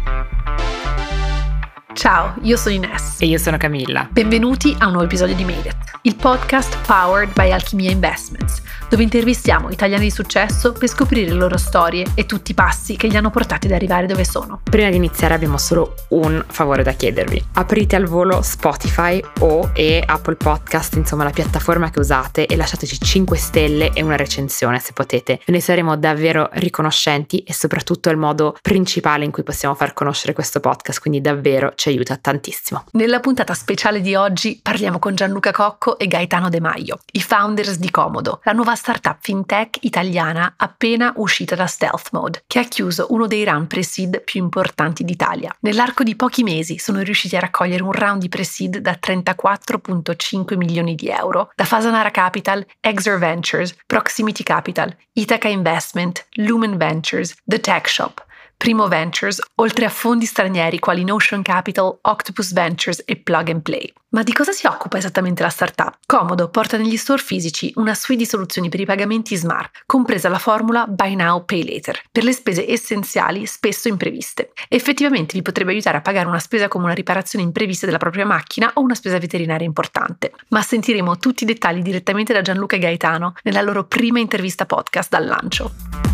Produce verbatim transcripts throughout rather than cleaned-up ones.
Ciao, io sono Ines. E io sono Camilla. Benvenuti a un nuovo episodio di Made It, il podcast powered by Alchimia Investments, dove intervistiamo italiani di successo per scoprire le loro storie e tutti i passi che li hanno portati ad arrivare dove sono. Prima di iniziare abbiamo solo un favore da chiedervi. Aprite al volo Spotify o e Apple Podcast, insomma la piattaforma che usate, e lasciateci cinque stelle e una recensione se potete. Ve ne saremo davvero riconoscenti e soprattutto è il modo principale in cui possiamo far conoscere questo podcast, quindi davvero ci aiuta tantissimo. Nella puntata speciale di oggi parliamo con Gianluca Cocco e Gaetano De Maio, i founders di Comodo, la nuova startup fintech italiana appena uscita da Stealth Mode, che ha chiuso uno dei round pre-seed più importanti d'Italia. Nell'arco di pochi mesi sono riusciti a raccogliere un round di pre-seed da trentaquattro virgola cinque milioni di euro da Fasanara Capital, Exor Ventures, Proximity Capital, Ithaca Investment, Lumen Ventures, The Tech Shop, Primo Ventures, oltre a fondi stranieri quali Notion Capital, Octopus Ventures e Plug and Play. Ma di cosa si occupa esattamente la startup? Comodo porta negli store fisici una suite di soluzioni per i pagamenti smart, compresa la formula Buy Now, Pay Later, per le spese essenziali spesso impreviste. Effettivamente vi potrebbe aiutare a pagare una spesa come una riparazione imprevista della propria macchina o una spesa veterinaria importante. Ma sentiremo tutti i dettagli direttamente da Gianluca e Gaetano nella loro prima intervista podcast dal lancio.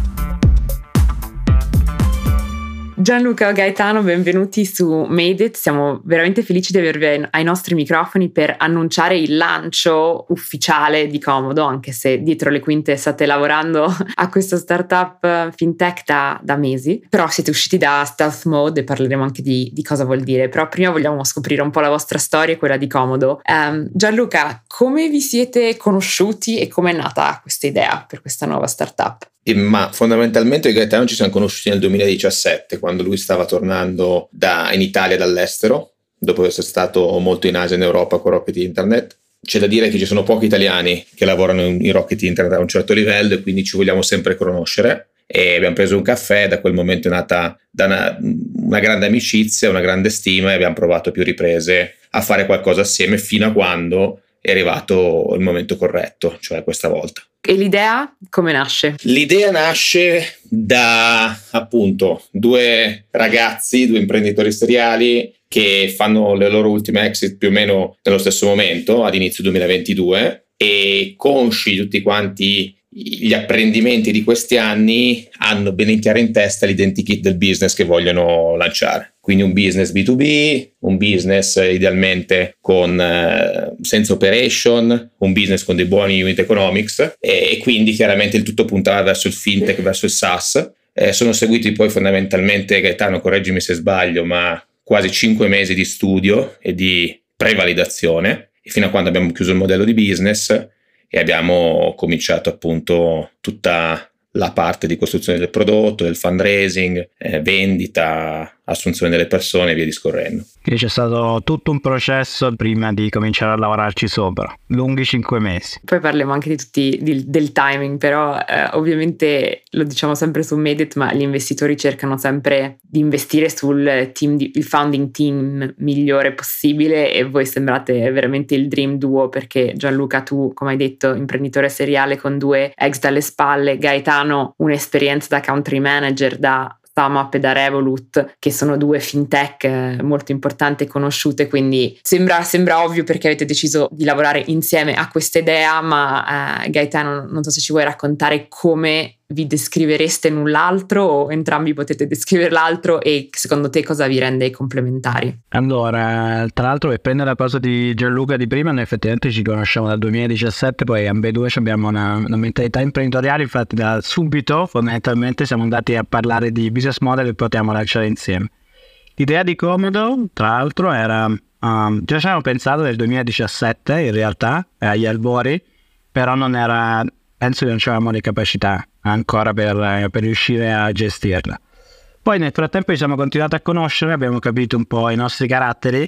Gianluca e Gaetano, benvenuti su Made It. Siamo veramente felici di avervi ai nostri microfoni per annunciare il lancio ufficiale di Comodo, anche se dietro le quinte state lavorando a questa startup fintech da, da mesi. Però siete usciti da Stealth Mode e parleremo anche di, di cosa vuol dire. Però prima vogliamo scoprire un po' la vostra storia e quella di Comodo. Um, Gianluca, come vi siete conosciuti e come è nata questa idea per questa nuova startup? Ma fondamentalmente io e Gaetano ci siamo conosciuti nel duemiladiciassette, quando lui stava tornando da, in Italia dall'estero, dopo essere stato molto in Asia e in Europa con Rocket Internet. C'è da dire che ci sono pochi italiani che lavorano in, in Rocket Internet a un certo livello e quindi ci vogliamo sempre conoscere. E abbiamo preso un caffè, da quel momento è nata da una, una grande amicizia, una grande stima, e abbiamo provato a più riprese a fare qualcosa assieme fino a quando è arrivato il momento corretto, cioè questa volta. E l'idea come nasce? L'idea nasce da appunto due ragazzi, due imprenditori seriali che fanno le loro ultime exit più o meno nello stesso momento, ad inizio duemilaventidue, e consci tutti quanti gli apprendimenti di questi anni hanno ben chiaro in testa l'identikit del business che vogliono lanciare. Quindi un business B due B, un business idealmente con eh, senza operation, un business con dei buoni unit economics, e, e quindi chiaramente il tutto puntava verso il fintech, verso il SaaS. Eh, sono seguiti poi fondamentalmente, Gaetano, correggimi se sbaglio, ma quasi cinque mesi di studio e di prevalidazione, e fino a quando abbiamo chiuso il modello di business e abbiamo cominciato appunto tutta la parte di costruzione del prodotto, del fundraising, eh, vendita, assunzione delle persone e via discorrendo. Quindi c'è stato tutto un processo prima di cominciare a lavorarci sopra, lunghi cinque mesi. Poi parliamo anche di tutti di, del timing, però eh, ovviamente lo diciamo sempre su Made It, ma gli investitori cercano sempre di investire sul team, di, il founding team migliore possibile, e voi sembrate veramente il dream duo, perché Gianluca, tu come hai detto imprenditore seriale con due ex dalle spalle, Gaetano un'esperienza da country manager da SumUp e da Revolut, che sono due fintech eh, molto importanti e conosciute, quindi sembra, sembra ovvio perché avete deciso di lavorare insieme a questa idea, ma eh, Gaetano, non so se ci vuoi raccontare come vi descrivereste l'un l'altro, o entrambi potete descrivere l'altro, e secondo te cosa vi rende complementari? Allora, tra l'altro, per prendere la cosa di Gianluca di prima, noi effettivamente ci conosciamo dal duemiladiciassette, poi ambedue abbiamo una, una mentalità imprenditoriale, infatti da subito fondamentalmente siamo andati a parlare di business model che potevamo lanciare insieme. L'idea di Comodo, tra l'altro, era um, già ci avevamo pensato nel duemiladiciassette in realtà, agli albori, però non era, penso che non avevamo le capacità ancora per, per riuscire a gestirla. Poi nel frattempo ci siamo continuati a conoscere, abbiamo capito un po' i nostri caratteri,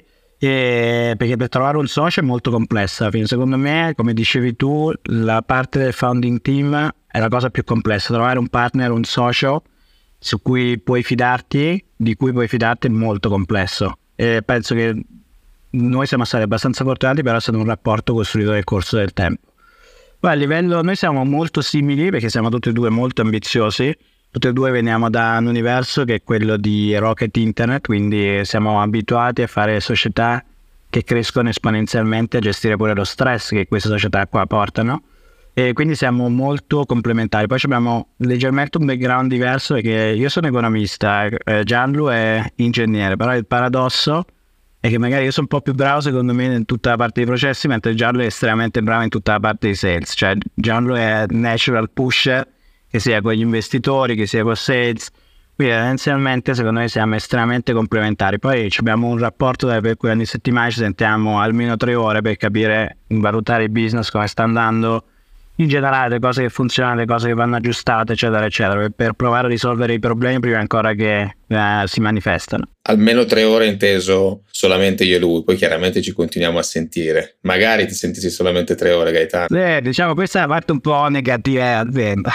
e perché per trovare un socio è molto complessa. Secondo me, come dicevi tu, la parte del founding team è la cosa più complessa. Trovare un partner, un socio su cui puoi fidarti, di cui puoi fidarti, è molto complesso, e penso che noi siamo stati abbastanza fortunati per essere un rapporto costruito nel corso del tempo. Poi a livello, noi siamo molto simili perché siamo tutti e due molto ambiziosi, tutti e due veniamo da un universo che è quello di Rocket Internet, quindi siamo abituati a fare società che crescono esponenzialmente, a gestire pure lo stress che queste società qua portano, e quindi siamo molto complementari. Poi abbiamo leggermente un background diverso, perché io sono economista, eh, Gianlu è ingegnere, però il paradosso è che magari io sono un po' più bravo secondo me in tutta la parte dei processi, mentre Gianlu è estremamente bravo in tutta la parte di sales. Cioè Gianlu è natural pusher, che sia con gli investitori, che sia con sales, quindi tendenzialmente secondo me siamo estremamente complementari. Poi abbiamo un rapporto per cui ogni settimana ci sentiamo almeno tre ore per capire, valutare il business, come sta andando, in generale le cose che funzionano, le cose che vanno aggiustate, eccetera eccetera, per provare a risolvere i problemi prima ancora che eh, si manifestano. Almeno tre ore inteso solamente io e lui, poi chiaramente ci continuiamo a sentire. Magari ti sentissi solamente tre ore, Gaetano. Eh, diciamo questa è la parte un po' negativa dell'azienda.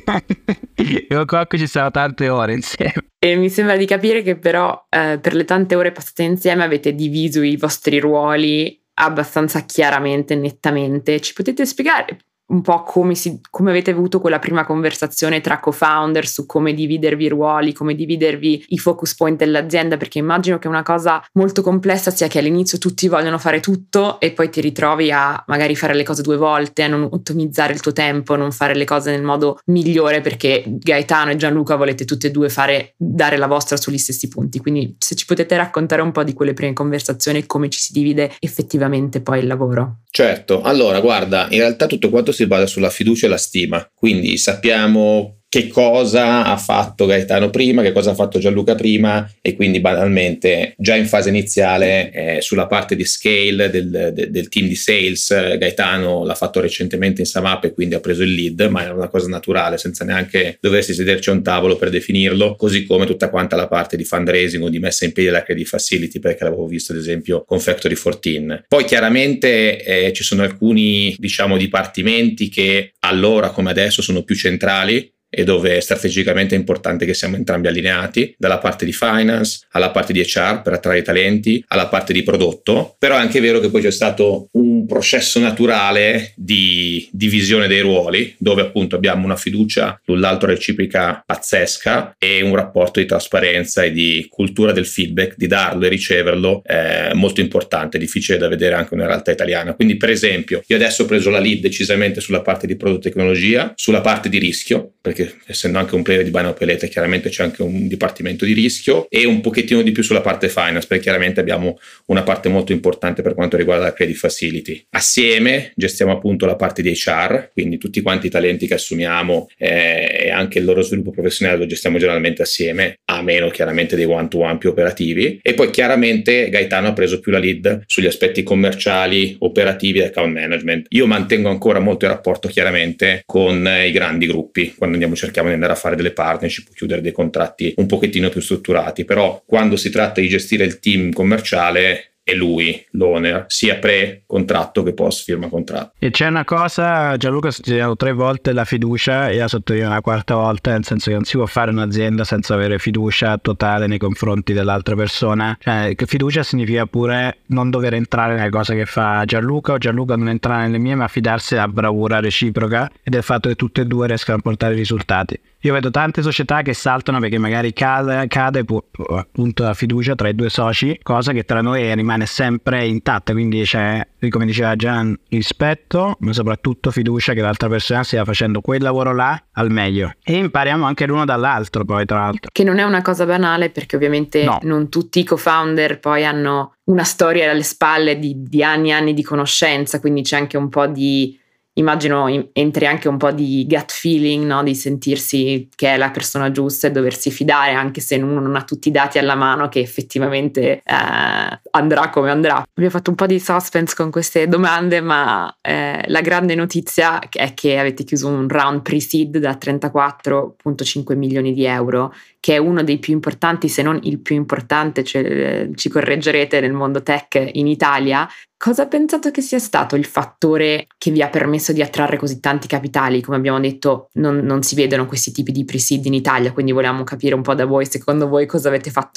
Io con Cocco ci stiamo tante ore insieme. E mi sembra di capire che però eh, per le tante ore passate insieme avete diviso i vostri ruoli abbastanza chiaramente, nettamente. Ci potete spiegare un po' come, si, come avete avuto quella prima conversazione tra co-founder su come dividervi i ruoli, come dividervi i focus point dell'azienda? Perché immagino che una cosa molto complessa sia che all'inizio tutti vogliono fare tutto e poi ti ritrovi a magari fare le cose due volte, a non ottimizzare il tuo tempo, non fare le cose nel modo migliore, perché Gaetano e Gianluca volete tutte e due fare, dare la vostra sugli stessi punti. Quindi se ci potete raccontare un po' di quelle prime conversazioni e come ci si divide effettivamente poi il lavoro. Certo, allora guarda, in realtà tutto quanto si basa sulla fiducia e la stima, quindi sappiamo che cosa ha fatto Gaetano prima, che cosa ha fatto Gianluca prima, e quindi banalmente già in fase iniziale eh, sulla parte di scale del, del, del team di sales, Gaetano l'ha fatto recentemente in SumUp e quindi ha preso il lead, ma era una cosa naturale senza neanche doversi sederci a un tavolo per definirlo, così come tutta quanta la parte di fundraising o di messa in piedi della credit facility, perché l'avevo visto ad esempio con Factory quattordici. Poi chiaramente eh, ci sono alcuni diciamo dipartimenti che allora come adesso sono più centrali e dove strategicamente è importante che siamo entrambi allineati, dalla parte di finance alla parte di H R per attrarre i talenti, alla parte di prodotto. Però è anche vero che poi c'è stato un processo naturale di divisione dei ruoli, dove appunto abbiamo una fiducia l'un l'altro reciproca pazzesca e un rapporto di trasparenza e di cultura del feedback, di darlo e riceverlo, eh, molto importante, difficile da vedere anche in una realtà italiana. Quindi per esempio io adesso ho preso la lead decisamente sulla parte di prodotto tecnologia, sulla parte di rischio, perché essendo anche un player di Buy Now Pay Later chiaramente c'è anche un dipartimento di rischio, e un pochettino di più sulla parte finance, perché chiaramente abbiamo una parte molto importante per quanto riguarda la credit facility. Assieme gestiamo appunto la parte di H R, quindi tutti quanti i talenti che assumiamo eh, e anche il loro sviluppo professionale lo gestiamo generalmente assieme, a meno chiaramente dei one to one più operativi. E poi chiaramente Gaetano ha preso più la lead sugli aspetti commerciali, operativi e account management. Io mantengo ancora molto il rapporto chiaramente con i grandi gruppi, quando andiamo cerchiamo di andare a fare delle partnership, chiudere dei contratti un pochettino più strutturati, però quando si tratta di gestire il team commerciale è lui l'owner, sia pre-contratto che post-firma contratto. E c'è una cosa, Gianluca ha sottolineato tre volte la fiducia e la sottolineo una quarta volta, nel senso che non si può fare un'azienda senza avere fiducia totale nei confronti dell'altra persona. Cioè, che fiducia significa pure non dover entrare nelle cose che fa Gianluca o Gianluca non entrare nelle mie, ma fidarsi della bravura reciproca e del fatto che tutte e due riescano a portare risultati. Io vedo tante società che saltano perché magari cade, cade appunto la fiducia tra i due soci, cosa che tra noi rimane sempre intatta, quindi c'è, come diceva Gian, rispetto, ma soprattutto fiducia che l'altra persona stia facendo quel lavoro là al meglio, e impariamo anche l'uno dall'altro poi, tra l'altro. Che non è una cosa banale, perché ovviamente no. Non tutti i co-founder poi hanno una storia alle spalle di, di anni e anni di conoscenza, quindi c'è anche un po' di... immagino entri anche un po' di gut feeling, no? Di sentirsi che è la persona giusta e doversi fidare, anche se uno non ha tutti i dati alla mano, che effettivamente eh, andrà come andrà. Abbiamo fatto un po' di suspense con queste domande, ma eh, la grande notizia è che avete chiuso un round pre-seed da trentaquattro virgola cinque milioni di euro, che è uno dei più importanti, se non il più importante, cioè, ci correggerete, nel mondo tech in Italia. Cosa ha pensato che sia stato il fattore che vi ha permesso di attrarre così tanti capitali? Come abbiamo detto, non, non si vedono questi tipi di pre-seed in Italia, quindi volevamo capire un po' da voi, secondo voi, cosa avete fatto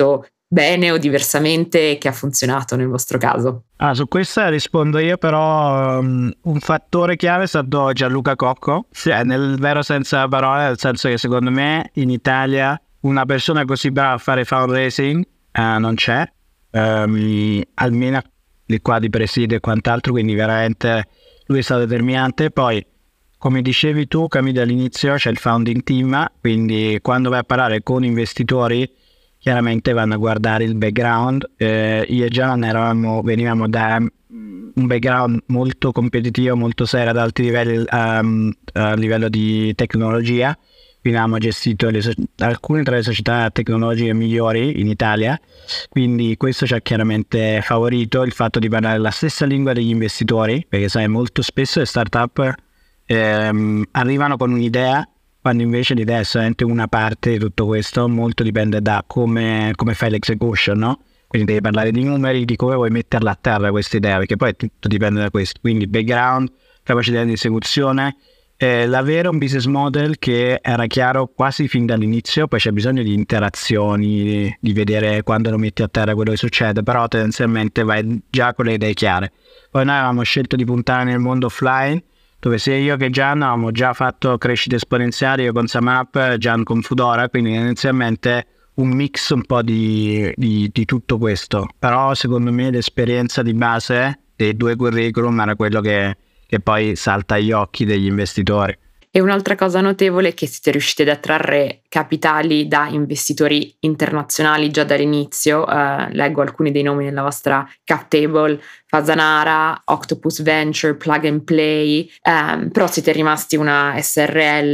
bene o diversamente che ha funzionato nel vostro caso? Ah, su questa rispondo io, però um, un fattore chiave è stato Gianluca Cocco, cioè, nel vero senso della parola, nel senso che secondo me in Italia una persona così brava a fare fundraising uh, non c'è, um, almeno di qua di presidio e quant'altro, quindi veramente lui è stato determinante. Poi, come dicevi tu, Camille, all'inizio c'è il founding team, quindi quando vai a parlare con investitori chiaramente vanno a guardare il background. eh, io e Gian eravamo, venivamo da un background molto competitivo, molto serio ad alti livelli um, a livello di tecnologia, quindi abbiamo gestito le so- alcune tra le società tecnologiche migliori in Italia, quindi questo ci ha chiaramente favorito il fatto di parlare la stessa lingua degli investitori, perché sai, molto spesso le startup ehm, arrivano con un'idea, quando invece l'idea è solamente una parte di tutto questo. Molto dipende da come, come fai l'execution, no? Quindi devi parlare di numeri, di come vuoi metterla a terra questa idea, perché poi tutto dipende da questo. Quindi background, capacità di esecuzione, eh, l'avere un business model che era chiaro quasi fin dall'inizio. Poi c'è bisogno di interazioni, di, di vedere quando lo metti a terra quello che succede, però tendenzialmente vai già con le idee chiare. Poi noi avevamo scelto di puntare nel mondo offline, dove sia io che Gian avevamo già fatto crescite esponenziali, io con SumUp, Gian con Foodora, quindi tendenzialmente un mix un po' di, di, di tutto questo. Però secondo me l'esperienza di base dei due curriculum era quello che, che poi salta agli occhi degli investitori. E un'altra cosa notevole è che siete riusciti ad attrarre capitali da investitori internazionali già dall'inizio. Uh, leggo alcuni dei nomi nella vostra cap table: Fasanara, Octopus Venture, Plug and Play, um, però siete rimasti una S R L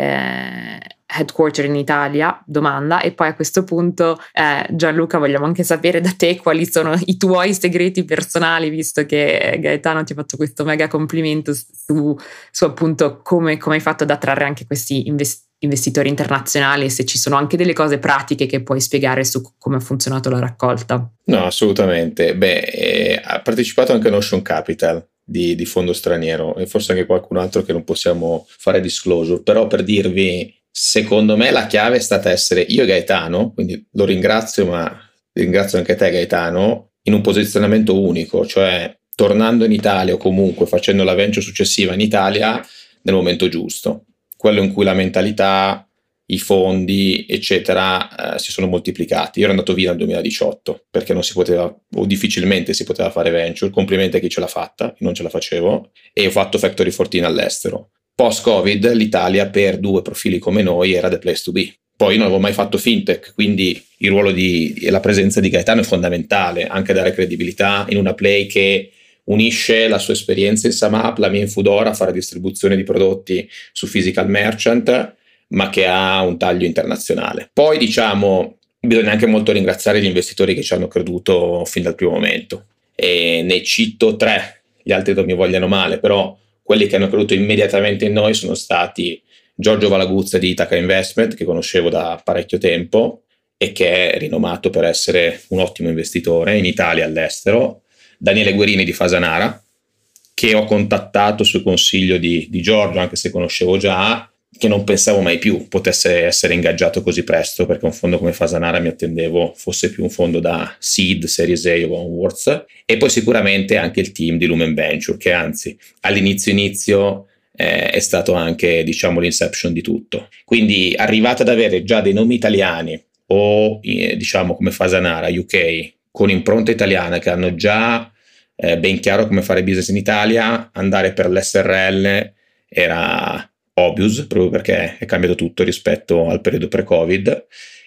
eh, headquarter in Italia, domanda. E poi a questo punto eh, Gianluca, vogliamo anche sapere da te quali sono i tuoi segreti personali, visto che Gaetano ti ha fatto questo mega complimento su, su appunto come, come hai fatto ad attrarre anche questi invest- investitori internazionali, e se ci sono anche delle cose pratiche che puoi spiegare su come ha funzionato la raccolta. No, assolutamente. Beh, eh, ha partecipato anche Notion Capital di, di fondo straniero, e forse anche qualcun altro che non possiamo fare disclosure, però per dirvi, secondo me la chiave è stata essere io e Gaetano, quindi lo ringrazio, ma ringrazio anche te Gaetano, in un posizionamento unico, cioè tornando in Italia o comunque facendo la venture successiva in Italia nel momento giusto, quello in cui la mentalità, i fondi eccetera eh, si sono moltiplicati. Io ero andato via nel duemiladiciotto perché non si poteva, o difficilmente si poteva fare venture. Complimenti a chi ce l'ha fatta, io non ce la facevo, e ho fatto Factory quattordici all'estero. Post-Covid l'Italia per due profili come noi era the place to be. Poi non avevo mai fatto fintech, quindi il ruolo di, e la presenza di Gaetano è fondamentale, anche dare credibilità in una play che unisce la sua esperienza in SumUp, la mia in Foodora, a fare distribuzione di prodotti su physical merchant, ma che ha un taglio internazionale. Poi diciamo, bisogna anche molto ringraziare gli investitori che ci hanno creduto fin dal primo momento, e ne cito tre, gli altri non mi vogliano male, però quelli che hanno creduto immediatamente in noi sono stati Giorgio Valaguzza di Itaca Investment, che conoscevo da parecchio tempo e che è rinomato per essere un ottimo investitore in Italia e all'estero; Daniele Guerini di Fasanara, che ho contattato sul consiglio di, di Giorgio, anche se conoscevo già, che non pensavo mai più potesse essere ingaggiato così presto, perché un fondo come Fasanara mi attendevo fosse più un fondo da seed, series A o onwards. E poi sicuramente anche il team di Lumen Venture, che anzi all'inizio inizio eh, è stato anche, diciamo, l'inception di tutto. Quindi arrivate ad avere già dei nomi italiani o eh, diciamo come Fasanara U K con impronta italiana, che hanno già eh, ben chiaro come fare business in Italia, andare per l'S R L era obvious, proprio perché è cambiato tutto rispetto al periodo pre-Covid,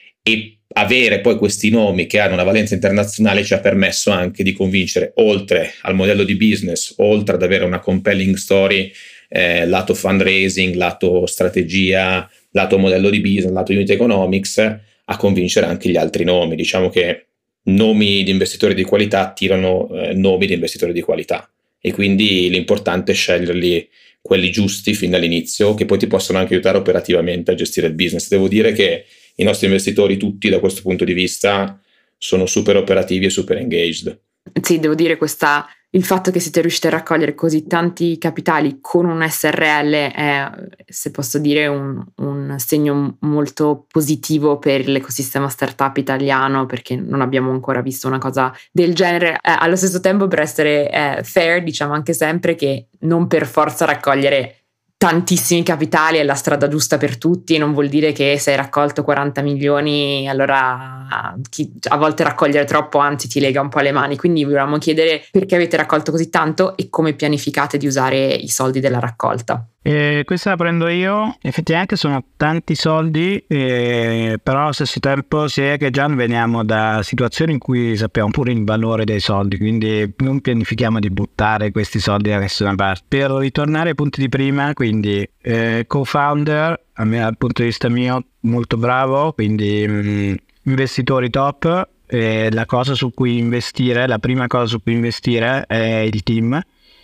e avere poi questi nomi che hanno una valenza internazionale ci ha permesso anche di convincere, oltre al modello di business, oltre ad avere una compelling story eh, lato fundraising, lato strategia, lato modello di business, lato unit economics, a convincere anche gli altri nomi. Diciamo che nomi di investitori di qualità attirano eh, nomi di investitori di qualità, e quindi l'importante è sceglierli quelli giusti fin dall'inizio, che poi ti possono anche aiutare operativamente a gestire il business. Devo dire che i nostri investitori tutti da questo punto di vista sono super operativi e super engaged. Sì, devo dire questa il fatto che siete riusciti a raccogliere così tanti capitali con un S R L è, se posso dire, un, un segno molto positivo per l'ecosistema startup italiano, perché non abbiamo ancora visto una cosa del genere. Eh, allo stesso tempo, per essere eh, fair, diciamo anche sempre che non per forza raccogliere tantissimi capitali è la strada giusta per tutti, non vuol dire che se hai raccolto quaranta milioni allora chi, a volte raccogliere troppo anzi ti lega un po' le mani, quindi volevamo chiedere perché avete raccolto così tanto e come pianificate di usare i soldi della raccolta. E questa la prendo io. Effettivamente sono tanti soldi, eh, però allo stesso tempo si è che già veniamo da situazioni in cui sappiamo pure il valore dei soldi, quindi non pianifichiamo di buttare questi soldi da nessuna parte. Per ritornare ai punti di prima, quindi eh, co-founder, a me, dal punto di vista mio, molto bravo, quindi mh, investitori top. Eh, la cosa su cui investire, la prima cosa su cui investire è il team,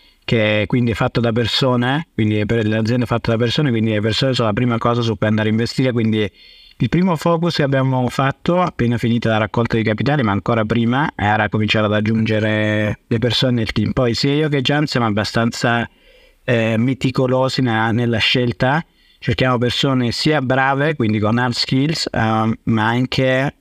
che quindi è fatto da persone, quindi per l'azienda è fatta da persone, quindi le persone sono la prima cosa su cui andare a investire. Quindi il primo focus che abbiamo fatto appena finita la raccolta di capitali, ma ancora prima, era cominciare ad aggiungere le persone nel team. Poi sia io che Gian siamo abbastanza eh, meticolosi nella, nella scelta, cerchiamo persone sia brave, quindi con hard skills, um, ma anche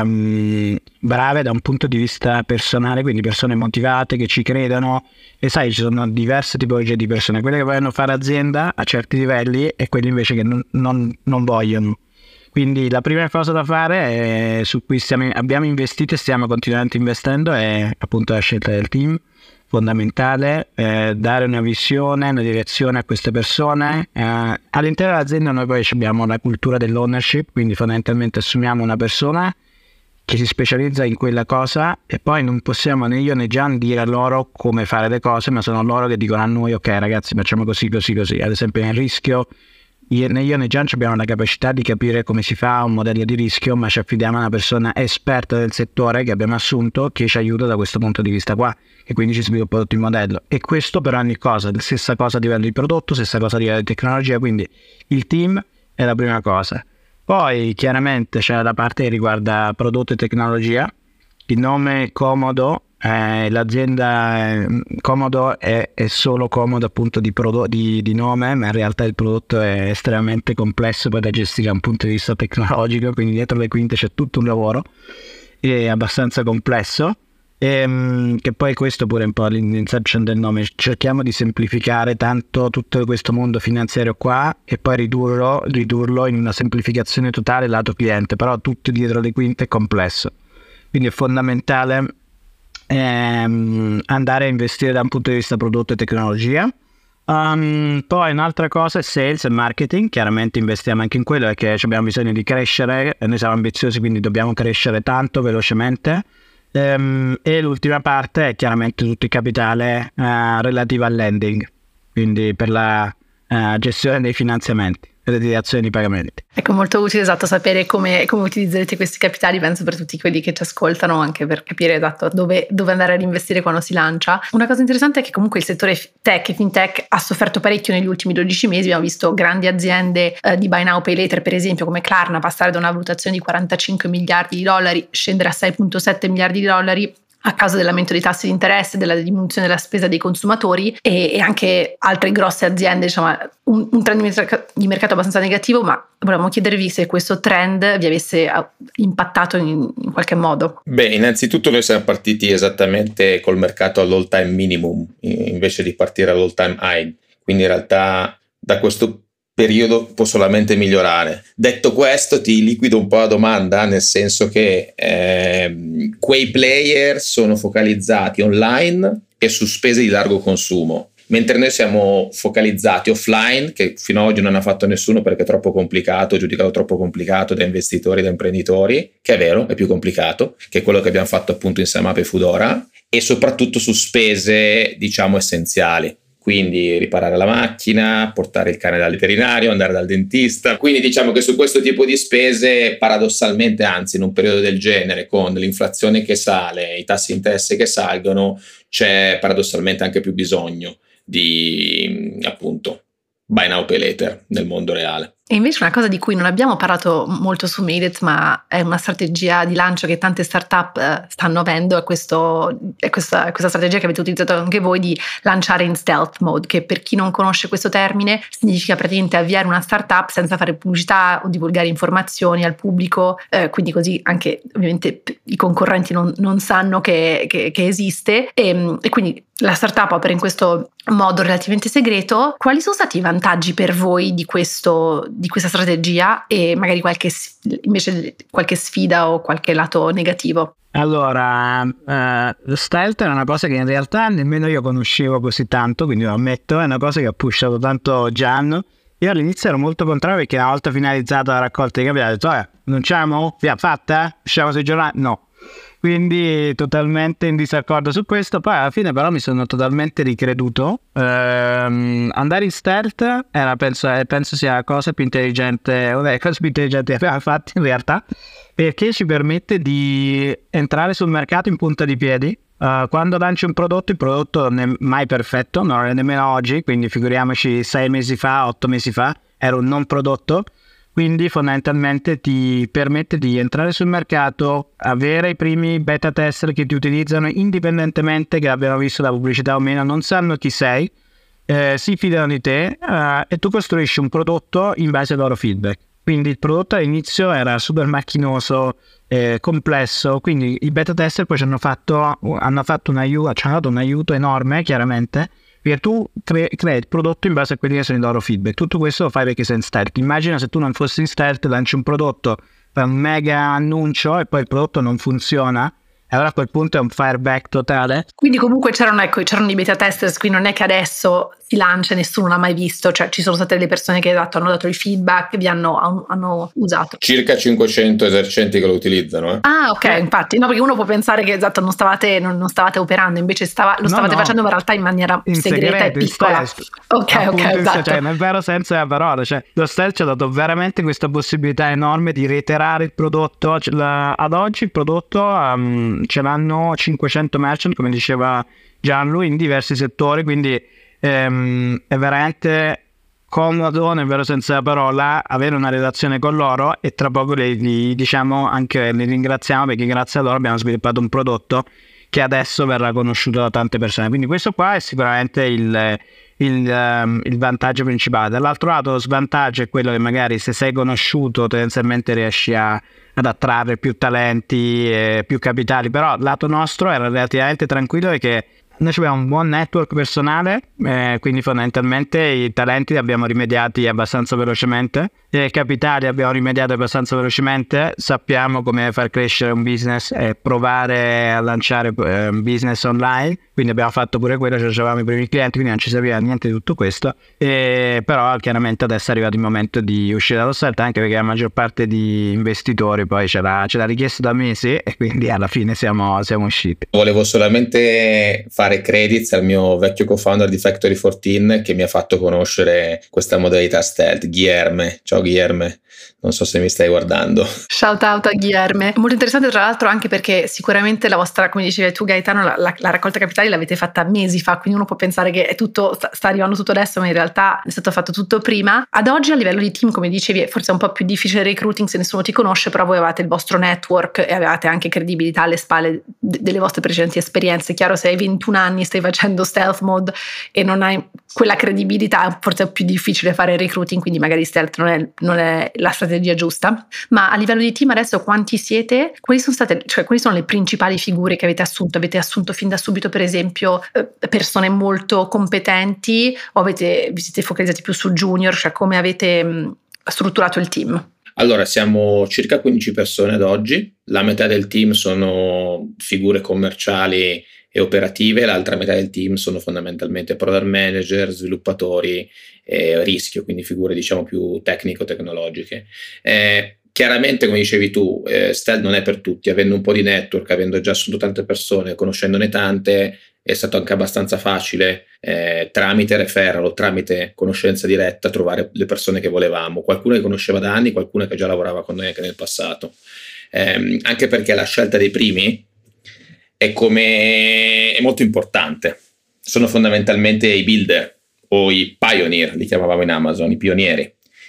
um, brave da un punto di vista personale, quindi persone motivate che ci credono. E sai, ci sono diverse tipologie di persone, quelle che vogliono fare azienda a certi livelli e quelli invece che non, non, non vogliono. Quindi la prima cosa da fare è, su cui stiamo, abbiamo investito e stiamo continuamente investendo, è appunto la scelta del team. Fondamentale eh, dare una visione, una direzione a queste persone. Eh, all'interno dell'azienda noi poi abbiamo la cultura dell'ownership, quindi fondamentalmente assumiamo una persona che si specializza in quella cosa e poi non possiamo né io né Gian dire a loro come fare le cose, ma sono loro che dicono a noi: ok ragazzi, facciamo così così così. Ad esempio nel rischio, io, né io né Gian abbiamo la capacità di capire come si fa un modello di rischio, ma ci affidiamo a una persona esperta del settore che abbiamo assunto, che ci aiuta da questo punto di vista qua, e quindi ci sviluppa tutto il modello. E questo per ogni cosa, la stessa cosa a livello di prodotto, stessa cosa a livello di tecnologia, quindi il team è la prima cosa. Poi chiaramente c'è la parte che riguarda prodotto e tecnologia. Il nome è Comodo, eh, l'azienda è, Comodo è, è solo comodo appunto di, prodo- di, di nome, ma in realtà il prodotto è estremamente complesso poi da gestire da un punto di vista tecnologico, quindi dietro le quinte c'è tutto un lavoro, è abbastanza complesso. E, che poi questo pure un po' l'inception del nome, cerchiamo di semplificare tanto tutto questo mondo finanziario qua e poi ridurlo, ridurlo in una semplificazione totale lato cliente, però tutto dietro le quinte è complesso, quindi è fondamentale ehm, andare a investire da un punto di vista prodotto e tecnologia. Um, poi un'altra cosa è sales e marketing, chiaramente investiamo anche in quello perché abbiamo bisogno di crescere e noi siamo ambiziosi, quindi dobbiamo crescere tanto velocemente. Um, e l'ultima parte è chiaramente tutto il capitale uh, relativo al lending, quindi per la uh, gestione dei finanziamenti e le direzioni di pagamenti. Ecco, molto utile, esatto, sapere come, come utilizzerete questi capitali, penso per tutti quelli che ci ascoltano, anche per capire esatto dove, dove andare a reinvestire quando si lancia. Una cosa interessante è che comunque il settore tech e fintech ha sofferto parecchio negli ultimi dodici mesi. Abbiamo visto grandi aziende eh, di buy now pay later, per esempio come Klarna, passare da una valutazione di quarantacinque miliardi di dollari scendere a sei virgola sette miliardi di dollari a causa dell'aumento dei tassi di interesse, della diminuzione della spesa dei consumatori, e, e anche altre grosse aziende, diciamo, un, un trend di mercato abbastanza negativo. Ma volevamo chiedervi se questo trend vi avesse impattato in, in qualche modo. Beh, innanzitutto noi siamo partiti esattamente col mercato all'all time minimum invece di partire all'all time high, quindi in realtà da questo periodo può solamente migliorare. Detto questo, ti liquido un po' la domanda, nel senso che eh, quei player sono focalizzati online e su spese di largo consumo, mentre noi siamo focalizzati offline, che fino ad oggi non ha fatto nessuno perché è troppo complicato, giudicato troppo complicato da investitori, da imprenditori, che è vero, è più complicato, che è quello che abbiamo fatto appunto in SumUp e Foodora, e soprattutto su spese diciamo essenziali. Quindi riparare la macchina, portare il cane dal veterinario, andare dal dentista. Quindi diciamo che su questo tipo di spese, paradossalmente, anzi in un periodo del genere, con l'inflazione che sale, i tassi di interesse che salgono, c'è paradossalmente anche più bisogno di appunto buy now pay later nel mondo reale. E invece una cosa di cui non abbiamo parlato molto su Made It, ma è una strategia di lancio che tante startup eh, stanno avendo, è, questo, è questa, questa strategia che avete utilizzato anche voi di lanciare in stealth mode, che per chi non conosce questo termine significa praticamente avviare una startup senza fare pubblicità o divulgare informazioni al pubblico, eh, quindi così anche ovviamente i concorrenti non, non sanno che, che, che esiste, e, e quindi la startup opera in questo modo relativamente segreto. Quali sono stati i vantaggi per voi di, questo, di questa strategia e magari qualche, invece qualche sfida o qualche lato negativo? Allora, uh, stealth è una cosa che in realtà nemmeno io conoscevo così tanto, quindi lo ammetto, è una cosa che ha pushato tanto Gian. Io all'inizio ero molto contrario perché una volta finalizzata la raccolta di capitali ho detto, eh, non c'è, via, fatta? Usciamo sui giornali? No. Quindi totalmente in disaccordo su questo. Poi alla fine però mi sono totalmente ricreduto. Ehm, andare in stealth era, penso, penso sia la cosa più intelligente, una delle cose più intelligenti che abbiamo fatto in realtà, perché ci permette di entrare sul mercato in punta di piedi. Uh, quando lanci un prodotto, il prodotto non è mai perfetto, non è nemmeno oggi, quindi figuriamoci sei mesi fa, otto mesi fa, era un non prodotto. Quindi fondamentalmente ti permette di entrare sul mercato, avere i primi beta tester che ti utilizzano indipendentemente che abbiano visto la pubblicità o meno, non sanno chi sei, eh, si fidano di te eh, e tu costruisci un prodotto in base ai loro feedback. Quindi il prodotto all'inizio era super macchinoso, eh, complesso, quindi i beta tester poi ci hanno fatto, hanno fatto un aiuto, ci hanno dato un aiuto enorme chiaramente, perché tu cre- crei il prodotto in base a quelli che sono i loro feedback. Tutto questo lo fai perché sei in stealth. Immagina se tu non fossi in stealth, lanci un prodotto per un mega annuncio e poi il prodotto non funziona, e allora a quel punto è un fireback totale. Quindi comunque c'erano, ecco, c'erano i beta testers, quindi non è che adesso si lancia e nessuno l'ha mai visto, cioè ci sono state delle persone che esatto, hanno dato il feedback, vi hanno, hanno usato. Circa cinquecento esercenti che lo utilizzano. Eh? Ah, ok, eh. infatti, no, perché uno può pensare che esatto, non stavate, non, non stavate operando, invece stava, lo stavate no, no. facendo in realtà in maniera in segreta segreto, e piccola. Stealth. Ok, Appunto, ok, esatto. Cioè, nel vero senso della parola, cioè, lo stealth ci ha dato veramente questa possibilità enorme di reiterare il prodotto. Ad oggi il prodotto um, ce l'hanno cinquecento merchant, come diceva Gianlu, in diversi settori, quindi ehm, è veramente comodo, nel vero senso della parola, avere una relazione con loro, e tra poco li, li diciamo anche li ringraziamo perché grazie a loro abbiamo sviluppato un prodotto che adesso verrà conosciuto da tante persone. Quindi questo qua è sicuramente il, il, um, il vantaggio principale. Dall'altro lato lo svantaggio è quello che magari se sei conosciuto tendenzialmente riesci a ad attrarre più talenti e più capitali, però lato nostro era relativamente tranquillo perché noi abbiamo un buon network personale, eh, quindi fondamentalmente i talenti li abbiamo rimediati abbastanza velocemente, e i capitali abbiamo rimediato abbastanza velocemente, sappiamo come far crescere un business e provare a lanciare eh, un business online, quindi abbiamo fatto pure quello, cioè avevamo i primi clienti, quindi non ci serviva niente di tutto questo, e però chiaramente adesso è arrivato il momento di uscire dallo stealth, anche perché la maggior parte di investitori poi ce l'ha, ce l'ha richiesto da mesi e quindi alla fine siamo, siamo usciti. Volevo solamente fare credits al mio vecchio co-founder di Factory quattordici che mi ha fatto conoscere questa modalità stealth, Guilherme. Ciao Guilherme, non so se mi stai guardando. Shout out a Guilherme. Molto interessante tra l'altro anche perché sicuramente la vostra, come dicevi tu Gaetano, la, la, la raccolta capitali l'avete fatta mesi fa, quindi uno può pensare che è tutto, sta, sta arrivando tutto adesso, ma in realtà è stato fatto tutto prima. Ad oggi a livello di team, come dicevi, forse è un po' più difficile il recruiting se nessuno ti conosce, però voi avevate il vostro network e avevate anche credibilità alle spalle d- delle vostre precedenti esperienze. Chiaro, se hai ventuno anni, stai facendo stealth mode e non hai quella credibilità, forse è più difficile fare recruiting, quindi magari stealth non è, non è la strategia giusta. Ma a livello di team adesso quanti siete? Quali sono state, cioè quali sono le principali figure che avete assunto? Avete assunto fin da subito per esempio persone molto competenti o avete, vi siete focalizzati più su junior? Cioè come avete mh, strutturato il team? Allora, siamo circa quindici persone ad oggi, la metà del team sono figure commerciali e operative, l'altra metà del team sono fondamentalmente product manager, sviluppatori e rischio, quindi figure diciamo più tecnico-tecnologiche. Eh, chiaramente, come dicevi tu, eh, stealth non è per tutti, avendo un po' di network, avendo già assunto tante persone, conoscendone tante, è stato anche abbastanza facile eh, tramite referral o tramite conoscenza diretta trovare le persone che volevamo, qualcuno che conosceva da anni, qualcuno che già lavorava con noi anche nel passato, eh, anche perché la scelta dei primi è come è molto importante, sono fondamentalmente i builder o i pioneer, li chiamavamo in Amazon, i pionieri,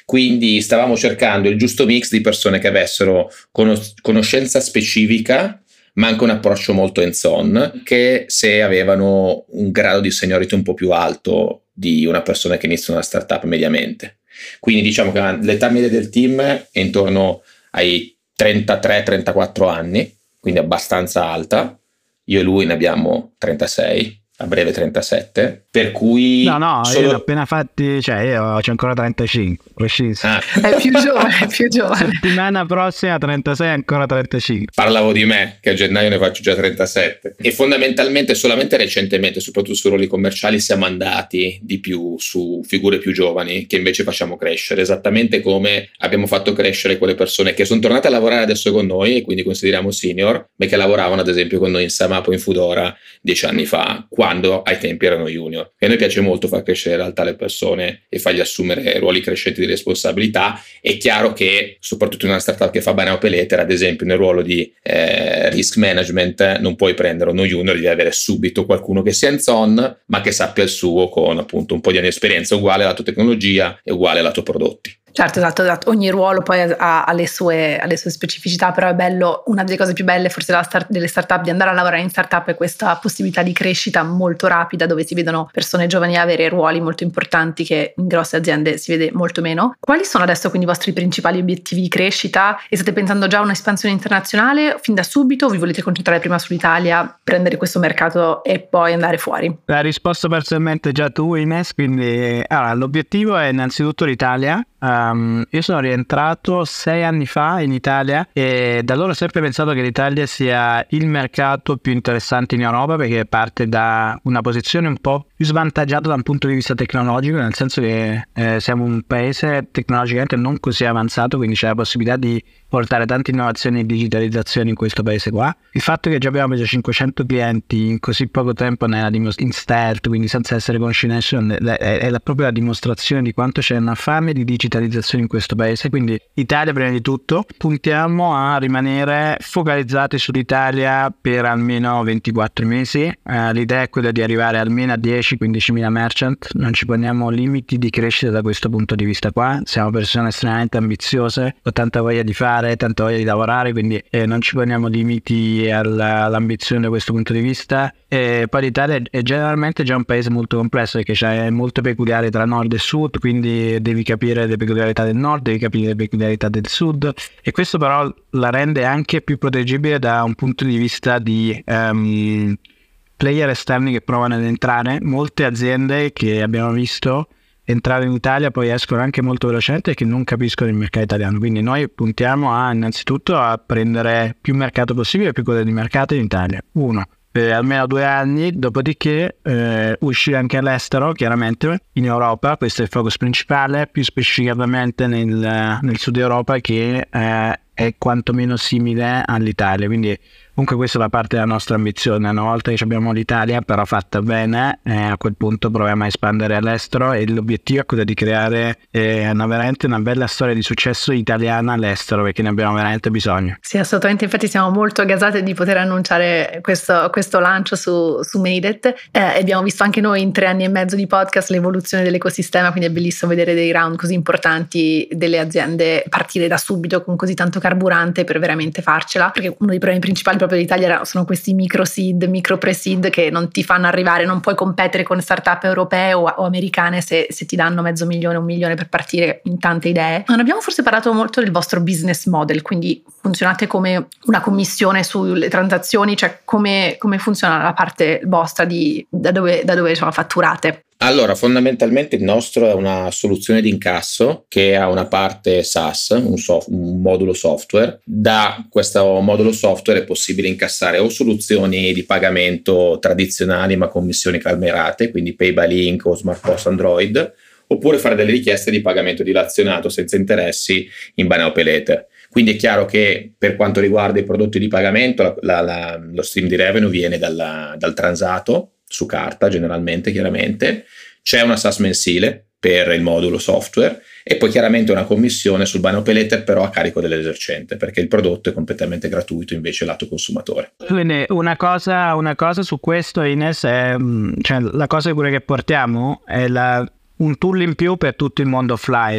quindi stavamo cercando il giusto mix di persone che avessero conos- conoscenza specifica ma anche un approccio molto hands-on, che se avevano un grado di seniority un po' più alto di una persona che inizia una startup mediamente. Quindi diciamo che l'età media del team è intorno ai trentatré trentaquattro anni, quindi abbastanza alta. Io e lui ne abbiamo trentasei, a breve trentasette, per cui no no solo... io ne ho appena fatti, cioè io c'ho ancora trentacinque, preciso. Ah. È più giovane, è più giovane. Settimana prossima trentasei, ancora trentacinque. Parlavo di me, che a gennaio ne faccio già trentasette. E fondamentalmente solamente recentemente, soprattutto su ruoli commerciali, siamo andati di più su figure più giovani che invece facciamo crescere, esattamente come abbiamo fatto crescere quelle persone che sono tornate a lavorare adesso con noi e quindi consideriamo senior, ma che lavoravano ad esempio con noi in Samapo, in Foodora dieci anni fa, quando ai tempi erano junior. E a noi piace molto far crescere in realtà le persone e fargli assumere ruoli crescenti di responsabilità. È chiaro che soprattutto in una startup che fa Buy Now Pay Later, ad esempio nel ruolo di eh, risk management, non puoi prendere uno junior, devi avere subito qualcuno che sia hands-on ma che sappia il suo, con appunto un po' di anni di esperienza, uguale alla tua tecnologia e uguale alla tua prodotti. Certo, esatto, esatto, ogni ruolo poi ha, ha le, sue, ha le sue specificità, però è bello, una delle cose più belle forse della start, delle startup, di andare a lavorare in startup, è questa possibilità di crescita molto rapida, dove si vedono persone giovani avere ruoli molto importanti che in grosse aziende si vede molto meno. Quali sono adesso quindi i vostri principali obiettivi di crescita? E state pensando già a un'espansione internazionale fin da subito o vi volete concentrare prima sull'Italia, prendere questo mercato e poi andare fuori? L'hai risposto parzialmente già tu, Ines, quindi allora, l'obiettivo è innanzitutto l'Italia. Um, io sono rientrato sei anni fa in Italia e da allora ho sempre pensato che l'Italia sia il mercato più interessante in Europa, perché parte da una posizione un po' più svantaggiata da un punto di vista tecnologico, nel senso che eh, siamo un paese tecnologicamente non così avanzato, quindi c'è la possibilità di portare tante innovazioni e digitalizzazione in questo paese qua. Il fatto che già abbiamo preso cinquecento clienti in così poco tempo nella dimos- in stealth, quindi senza essere conosciuti nessuno, è, è la, proprio la dimostrazione di quanto c'è una fame di digitalizzazione in questo paese. Quindi Italia prima di tutto, puntiamo a rimanere focalizzati sull'Italia per almeno ventiquattro mesi. Eh, l'idea è quella di arrivare almeno a dieci quindici mila merchant, non ci poniamo limiti di crescita da questo punto di vista qua, siamo persone estremamente ambiziose, ho tanta voglia di fare, tanta voglia di lavorare, quindi eh, non ci poniamo limiti alla, all'ambizione da questo punto di vista. E poi l'Italia è generalmente già un paese molto complesso, perché c'è molto peculiare tra nord e sud, quindi devi capire le peculiarità del nord, devi capire le peculiarità del sud, e questo però la rende anche più proteggibile da un punto di vista di um, player esterni che provano ad entrare. Molte aziende che abbiamo visto entrare in Italia poi escono anche molto velocemente e che non capiscono il mercato italiano, quindi noi puntiamo a innanzitutto a prendere più mercato possibile, più quota di mercato in Italia, uno, per almeno due anni, dopodiché eh, uscire anche all'estero, chiaramente in Europa, questo è il focus principale, più specificatamente nel, nel sud Europa, che eh, è quantomeno simile all'Italia, quindi comunque questa è la parte della nostra ambizione. Una volta che abbiamo l'Italia però fatta bene, eh, a quel punto proviamo a espandere all'estero, e l'obiettivo è quello di creare eh, una, veramente una bella storia di successo italiana all'estero, perché ne abbiamo veramente bisogno. Sì, assolutamente, infatti siamo molto gasati di poter annunciare questo, questo lancio su, su Made It. Eh, abbiamo visto anche noi in tre anni e mezzo di podcast l'evoluzione dell'ecosistema, quindi è bellissimo vedere dei round così importanti delle aziende partire da subito con così tanto carburante per veramente farcela, perché uno dei problemi principali proprio dell'Italia sono questi micro seed, micro pre-seed che non ti fanno arrivare, non puoi competere con startup europee o, o americane se, se ti danno mezzo milione, un milione per partire in tante idee. Non abbiamo forse parlato molto del vostro business model, quindi funzionate come una commissione sulle transazioni, cioè come, come funziona la parte vostra di da dove, da dove diciamo, fatturate? Allora, fondamentalmente il nostro è una soluzione di incasso che ha una parte SaaS, un, soft, un modulo software. Da questo modulo software è possibile incassare o soluzioni di pagamento tradizionali ma commissioni calmerate, quindi Pay by Link o Smart Post Android, oppure fare delle richieste di pagamento dilazionato senza interessi in Buy Now Pay Later. Quindi è chiaro che per quanto riguarda i prodotti di pagamento, la, la, la, lo stream di revenue viene dalla, dal transato su carta, generalmente, chiaramente. C'è una SaaS mensile per il modulo software e poi chiaramente una commissione sul Buy Now Pay Later, però a carico dell'esercente, perché il prodotto è completamente gratuito invece lato consumatore. Quindi una cosa, una cosa su questo, Ines, è cioè, la cosa pure che portiamo è la, un tool in più per tutto il mondo offline.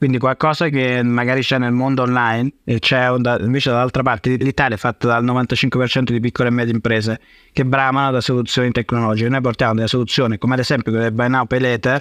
quindi qualcosa che magari c'è nel mondo online e c'è un da, invece dall'altra parte l'Italia è fatta dal novantacinque per cento di piccole e medie imprese che bramano da soluzioni tecnologiche. Noi portiamo delle soluzioni come ad esempio quelle del Buy Now Pay Later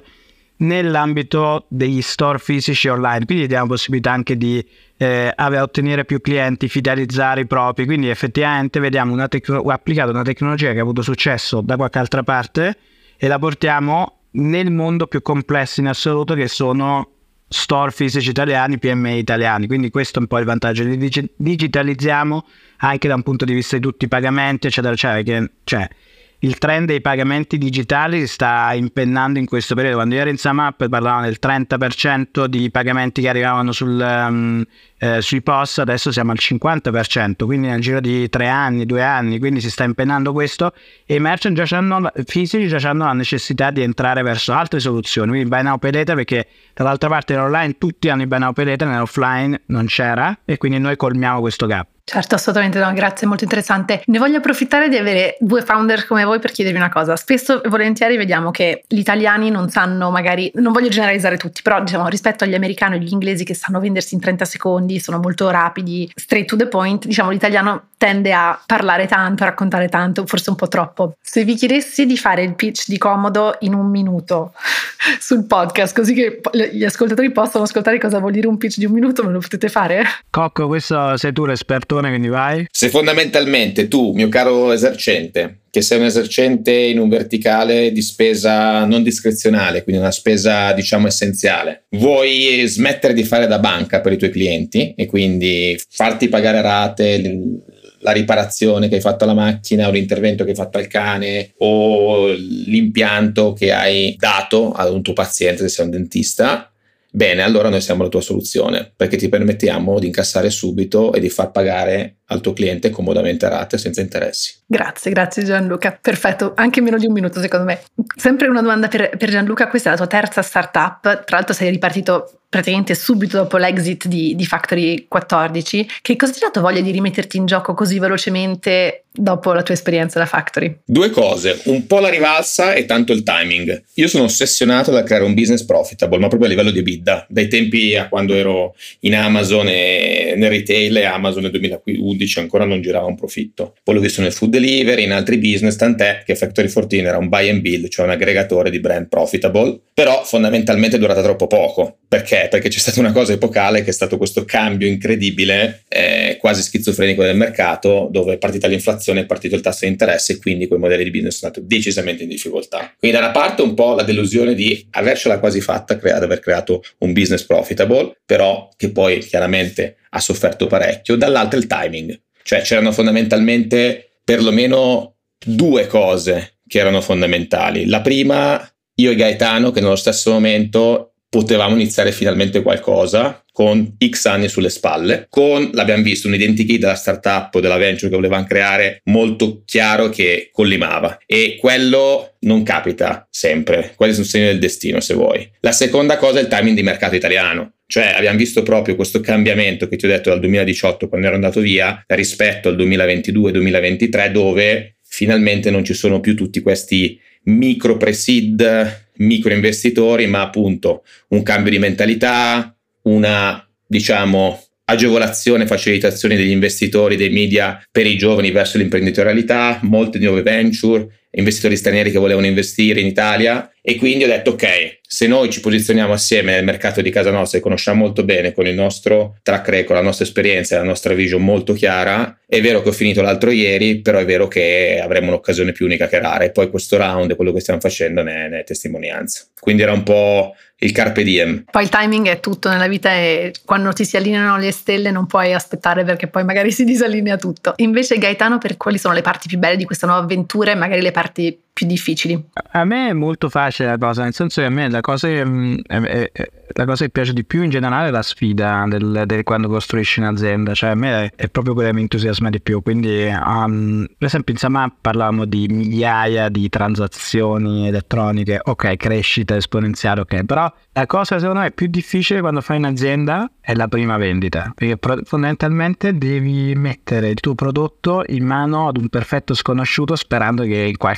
nell'ambito degli store fisici online, quindi diamo possibilità anche di eh, avere, ottenere più clienti, fidelizzare i propri, quindi effettivamente vediamo una tecno- applicata una tecnologia che ha avuto successo da qualche altra parte e la portiamo nel mondo più complesso in assoluto che sono store fisici italiani, P M I italiani, quindi questo è un po' il vantaggio, li dig- digitalizziamo anche da un punto di vista di tutti i pagamenti eccetera eccetera, che, cioè il trend dei pagamenti digitali si sta impennando in questo periodo. Quando io ero in SumUp parlavano del trenta per cento di pagamenti che arrivavano sul, um, eh, sui P O S, adesso siamo al cinquanta per cento, quindi nel giro di tre anni, due anni, quindi si sta impennando questo e i merchant già hanno, fisici già hanno la necessità di entrare verso altre soluzioni, quindi Buy Now Pay Later, perché dall'altra parte nell'online tutti hanno il Buy Now Pay Later, nell'offline non c'era e quindi noi colmiamo questo gap. Certo, assolutamente no, grazie, molto interessante. Ne voglio approfittare di avere due founder come voi per chiedervi una cosa. Spesso e volentieri vediamo che gli italiani non sanno, magari, non voglio generalizzare tutti, però diciamo rispetto agli americani e agli inglesi che sanno vendersi in trenta secondi, sono molto rapidi, straight to the point, diciamo l'italiano tende a parlare tanto, a raccontare tanto, forse un po' troppo. Se vi chiedessi di fare il pitch di Comodo in un minuto sul podcast, così che gli ascoltatori possono ascoltare cosa vuol dire un pitch di un minuto, me lo potete fare? Cocco, questo sei tu l'esperto, quindi vai. Se fondamentalmente tu, mio caro esercente, che sei un esercente in un verticale di spesa non discrezionale, quindi una spesa diciamo essenziale, vuoi smettere di fare da banca per i tuoi clienti e quindi farti pagare a rate la riparazione che hai fatto alla macchina o l'intervento che hai fatto al cane o l'impianto che hai dato ad un tuo paziente se sei un dentista, bene, allora noi siamo la tua soluzione, perché ti permettiamo di incassare subito e di far pagare al tuo cliente comodamente a rate senza interessi. Grazie, grazie Gianluca. Perfetto, anche meno di un minuto secondo me. Sempre una domanda per, per Gianluca, questa è la tua terza startup, tra l'altro sei ripartito praticamente subito dopo l'exit di, di Factory quattordici. Che cosa ti ha dato voglia di rimetterti in gioco così velocemente dopo la tua esperienza da Factory? Due cose, un po' la rivalsa e tanto il timing. Io sono ossessionato da creare un business profitable, ma proprio a livello di EBITDA, dai tempi a quando ero in Amazon e nel retail, e Amazon nel duemilaundici ancora non girava un profitto. Poi l'ho visto nel food delivery, in altri business, tant'è che Factory quattordici era un buy and build, cioè un aggregatore di brand profitable, però fondamentalmente è durata troppo poco. Perché? Perché c'è stata una cosa epocale che è stato questo cambio incredibile, eh, quasi schizofrenico del mercato, dove è partita l'inflazione, è partito il tasso di interesse e quindi quei modelli di business sono andati decisamente in difficoltà. Quindi da una parte un po' la delusione di avercela quasi fatta, crea- di aver creato un business profitable, però che poi chiaramente ha sofferto parecchio, dall'altro il timing. Cioè c'erano fondamentalmente perlomeno due cose che erano fondamentali. La prima, io e Gaetano, che nello stesso momento potevamo iniziare finalmente qualcosa con X anni sulle spalle, con, l'abbiamo visto, un identikit della startup o della venture che volevamo creare molto chiaro che collimava, e quello non capita sempre, quelli sono segni del destino se vuoi. La seconda cosa è il timing di mercato italiano. Cioè abbiamo visto proprio questo cambiamento che ti ho detto dal duemiladiciotto quando ero andato via rispetto al duemilaventidue duemilaventitré, dove finalmente non ci sono più tutti questi micro pre-seed, micro investitori, ma appunto un cambio di mentalità, una diciamo agevolazione, facilitazione degli investitori, dei media per i giovani verso l'imprenditorialità, molte nuove venture, investitori stranieri che volevano investire in Italia. E quindi ho detto ok, se noi ci posizioniamo assieme nel mercato di casa nostra e conosciamo molto bene, con il nostro track record, la nostra esperienza e la nostra vision molto chiara, è vero che ho finito l'altro ieri, però è vero che avremo un'occasione più unica che rara, e poi questo round e quello che stiamo facendo ne, ne è testimonianza. Quindi era un po' il carpe diem. Poi il timing è tutto nella vita e quando ti si allineano le stelle non puoi aspettare, perché poi magari si disallinea tutto. Invece Gaetano, per quali sono le parti più belle di questa nuova avventura e magari le parti più difficili? A me è molto facile la cosa, nel senso che a me la cosa che, è, è, è, la cosa che piace di più in generale è la sfida del, del quando costruisci un'azienda, cioè a me è, è proprio quella che mi entusiasma di più. Quindi um, per esempio in SumUp parlavamo di migliaia di transazioni elettroniche, ok, crescita esponenziale, ok, però la cosa secondo me più difficile quando fai un'azienda è la prima vendita, perché pro- fondamentalmente devi mettere il tuo prodotto in mano ad un perfetto sconosciuto sperando che in qualche modo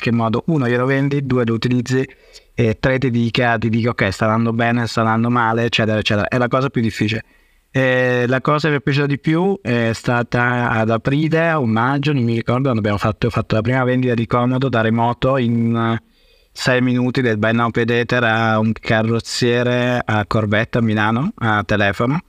uno glielo vendi, due lo utilizzi e tre ti dica, ti dica ok, sta andando bene, sta andando male, eccetera, eccetera. È la cosa più difficile. E la cosa che mi è piaciuta di più è stata ad aprile o maggio, non mi ricordo, quando abbiamo fatto, ho fatto la prima vendita di Comodo da remoto in sei minuti del Buy Now Pay Later a un carrozziere a Corvette a Milano a telefono.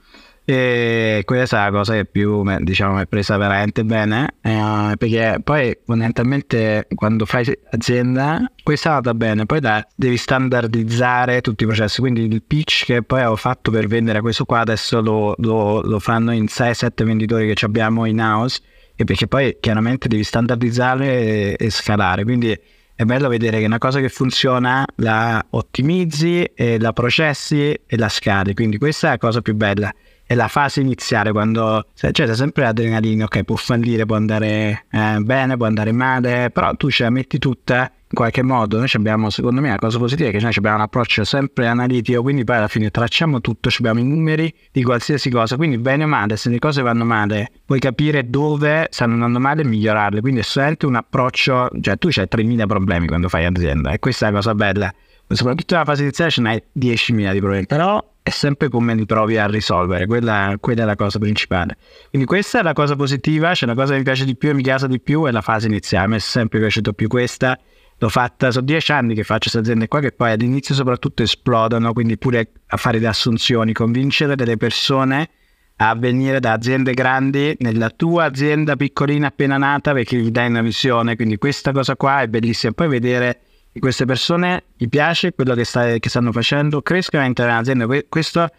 E questa è la cosa che più, diciamo, mi è presa veramente bene, eh, perché poi fondamentalmente quando fai azienda questa è andata bene, poi da, devi standardizzare tutti i processi, quindi il pitch che poi ho fatto per vendere questo qua adesso lo, lo, lo fanno in sei sette venditori che abbiamo in house, e perché poi chiaramente devi standardizzare e, e scalare, quindi è bello vedere che una cosa che funziona la ottimizzi e la processi e la scali, quindi questa è la cosa più bella. È la fase iniziale, quando cioè c'è sempre l'adrenalina, ok, può fallire, può andare eh, bene, può andare male, però tu ce la metti tutta in qualche modo. Noi abbiamo, secondo me, la cosa positiva è che noi abbiamo un approccio sempre analitico, quindi poi alla fine tracciamo tutto, abbiamo i numeri di qualsiasi cosa, quindi bene o male, se le cose vanno male, puoi capire dove stanno andando male e migliorarle, quindi è sempre un approccio, cioè tu c'hai tremila problemi quando fai azienda, e questa è la cosa bella. Soprattutto nella fase iniziale ce n'hai diecimila di problemi, però è sempre come li provi a risolvere, quella, quella è la cosa principale. Quindi questa è la cosa positiva, cioè la cosa che mi piace di più e mi casa di più è la fase iniziale. A me è sempre piaciuto più questa, l'ho fatta, sono dieci anni che faccio queste aziende qua che poi all'inizio soprattutto esplodono, quindi pure a fare le assunzioni, convincere delle persone a venire da aziende grandi nella tua azienda piccolina appena nata perché gli dai una visione, quindi questa cosa qua è bellissima. Poi vedere che queste persone gli piace quello che, stai, che stanno facendo, crescono all'interno dell'azienda, questo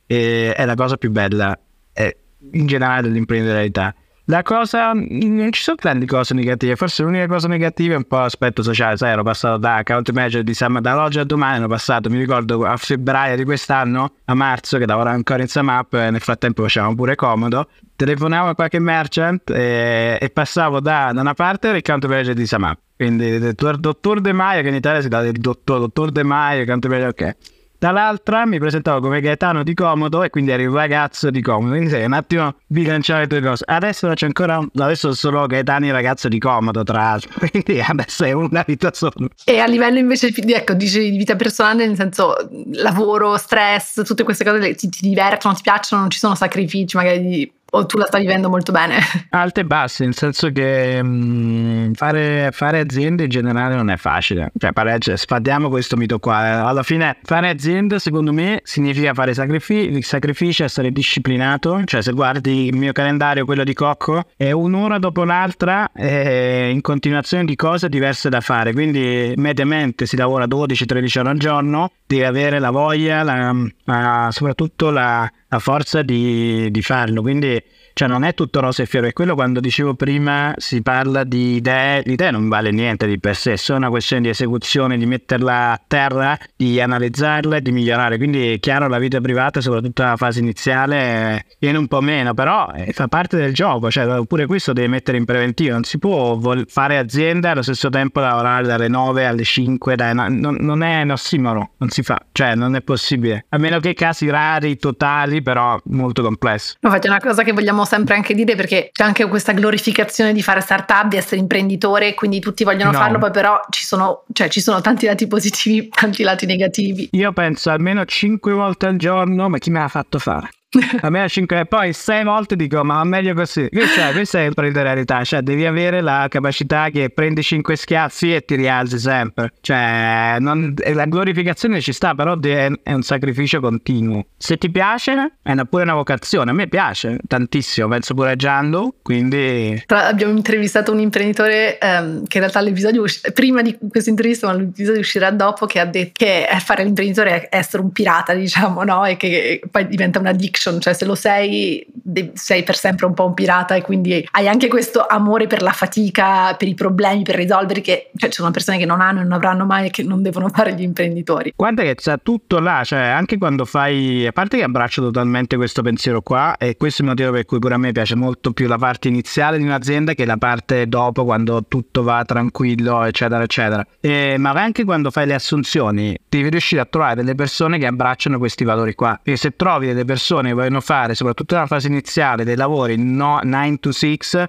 è, è la cosa più bella è, in generale dell'imprenditorialità. La cosa, non ci sono grandi cose negative, forse l'unica cosa negativa è un po' l'aspetto sociale, sai, ero passato da account manager di Sam, dall'oggi a domani ero passato, mi ricordo a febbraio di quest'anno a marzo che lavoravo ancora in SumUp, e nel frattempo facevamo pure Comodo, telefonavo a qualche merchant e, e passavo da, da una parte all'account manager di SumUp, quindi il dottor De Maio, che in Italia si dà il dottor, dottor De Maio, account manager, ok. Dall'altra mi presentavo come Gaetano di Comodo e quindi eri un ragazzo di Comodo, quindi sei un attimo bilanciare le tue cose. Adesso c'è ancora, adesso solo Gaetano ragazzo di Comodo tra l'altro, quindi adesso è una vita sola. E a livello invece di, ecco, dici di vita personale, nel senso lavoro, stress, tutte queste cose ti, ti divertono, ti piacciono, non ci sono sacrifici magari di... o tu la stai vivendo molto bene? Alte e basse, nel senso che mh, fare, fare aziende in generale non è facile, cioè pareggia, sfadiamo questo mito qua. Alla fine fare azienda secondo me significa fare sacrifici, sacrifici, essere disciplinato, cioè se guardi il mio calendario, quello di Cocco, è un'ora dopo l'altra eh, in continuazione di cose diverse da fare, quindi mediamente si lavora dodici tredici ore al giorno, devi avere la voglia, la, la, soprattutto la, la forza di, di farlo, quindi cioè non è tutto rose e fiori, è quello quando dicevo prima si parla di idee, l'idea non vale niente di per sé, è solo una questione di esecuzione, di metterla a terra, di analizzarla e di migliorare, quindi è chiaro la vita privata, soprattutto nella fase iniziale, viene un po' meno, però eh, fa parte del gioco, cioè pure questo devi mettere in preventivo, non si può vol- fare azienda e allo stesso tempo lavorare dalle nove alle cinque, dai, no, non, non è un ossimoro, non si fa, cioè non è possibile, a meno che casi rari, totali, però molto complesso. Infatti è una cosa che vogliamo sempre anche dire, perché c'è anche questa glorificazione di fare startup, di essere imprenditore, quindi tutti vogliono no. farlo, poi però ci sono, cioè ci sono tanti lati positivi, tanti lati negativi. Io penso almeno cinque volte al giorno, ma chi me l'ha fatto fare? A me a cinque, poi sei volte dico ma meglio così. Questa è, questa è imprenditorialità, cioè devi avere la capacità che prendi cinque schiaffi e ti rialzi sempre, cioè non, la glorificazione ci sta, però è, è un sacrificio continuo. Se ti piace è una, pure una vocazione, a me piace tantissimo, penso pure a Gianlu, quindi Tra, abbiamo intervistato un imprenditore ehm, che in realtà l'episodio usci- prima di questa intervista, ma l'episodio uscirà dopo, che ha detto che fare l'imprenditore è essere un pirata, diciamo, no? E che poi diventa una addiction, cioè se lo sei sei per sempre un po' un pirata, e quindi hai anche questo amore per la fatica, per i problemi, per risolvere, che cioè ci sono persone che non hanno e non avranno mai e che non devono fare gli imprenditori. Guarda che c'è tutto là, cioè anche quando fai, a parte che abbraccio totalmente questo pensiero qua, e questo è il motivo per cui pure a me piace molto più la parte iniziale di un'azienda che la parte dopo, quando tutto va tranquillo eccetera eccetera, e, ma anche quando fai le assunzioni devi riuscire a trovare delle persone che abbracciano questi valori qua, perché se trovi delle persone che vogliono fare soprattutto nella fase iniziale dei lavori no, nine to six,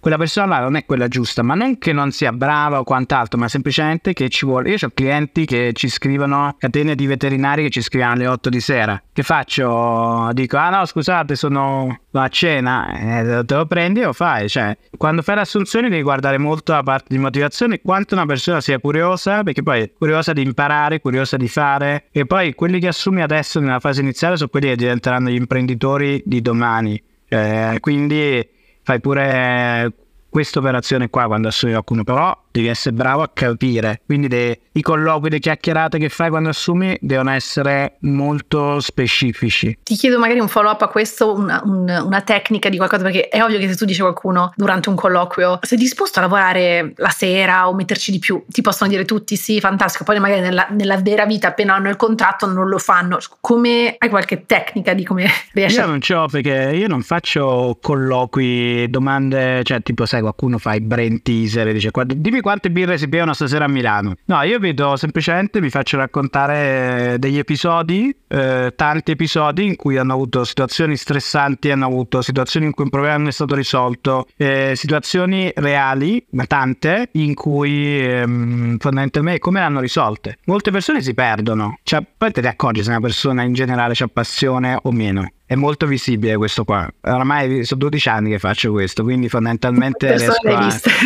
quella persona là non è quella giusta, ma non che non sia brava o quant'altro, ma semplicemente che ci vuole. Io ho clienti che ci scrivono, catene di veterinari che ci scrivono alle otto di sera. Che faccio? Dico, ah no, scusate, sono a cena, eh, te lo prendi e lo fai. Cioè, quando fai le assunzioni devi guardare molto la parte di motivazione, quanto una persona sia curiosa, perché poi è curiosa di imparare, curiosa di fare, e poi quelli che assumi adesso nella fase iniziale sono quelli che diventeranno gli imprenditori di domani. Cioè, quindi fai pure questa operazione qua quando assumi qualcuno, però devi essere bravo a capire, quindi de- i colloqui, le chiacchierate che fai quando assumi devono essere molto specifici. Ti chiedo magari un follow up a questo, una, un, una tecnica di qualcosa, perché è ovvio che se tu dici a qualcuno durante un colloquio sei disposto a lavorare la sera o metterci di più, ti possono dire tutti sì, fantastico, poi magari nella, nella vera vita appena hanno il contratto non lo fanno. Come hai qualche tecnica di come riesci? Io non c'ho, perché io non faccio colloqui, domande, cioè tipo sai qualcuno fa i brain teaser e dice dimmi quante birre si bevono stasera a Milano. No, io vedo semplicemente, mi faccio raccontare degli episodi, eh, tanti episodi in cui hanno avuto situazioni stressanti, hanno avuto situazioni in cui un problema non è stato risolto, eh, situazioni reali, ma tante, in cui ehm, fondamentalmente come l'hanno risolte. Molte persone si perdono, cioè poi te ne accorgi se una persona in generale c'ha passione o meno. È molto visibile questo qua. Oramai sono dodici anni che faccio questo, quindi fondamentalmente riesco a...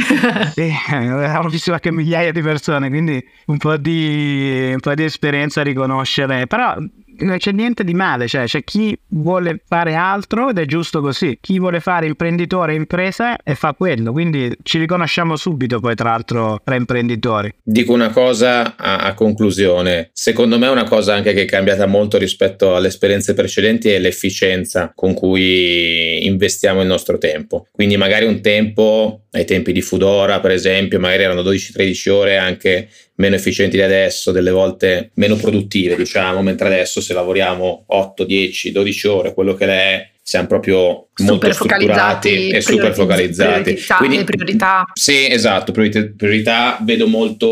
sì, ho visto qualche migliaia di persone, quindi un po' di, un po' di esperienza a riconoscere. Però non c'è niente di male, cioè c'è chi vuole fare altro ed è giusto così, chi vuole fare imprenditore impresa e fa quello, quindi ci riconosciamo subito poi tra l'altro tra imprenditori. Dico una cosa a, a conclusione, secondo me una cosa anche che è cambiata molto rispetto alle esperienze precedenti è l'efficienza con cui investiamo il nostro tempo, quindi magari un tempo, ai tempi di Foodora per esempio, magari erano dodici tredici ore anche meno efficienti di adesso, delle volte meno produttive diciamo, mentre adesso se lavoriamo otto, dieci, dodici ore, quello che è, siamo proprio molto strutturati e super focalizzati. Priorità, Quindi, le priorità. Sì, esatto, priorità, priorità, vedo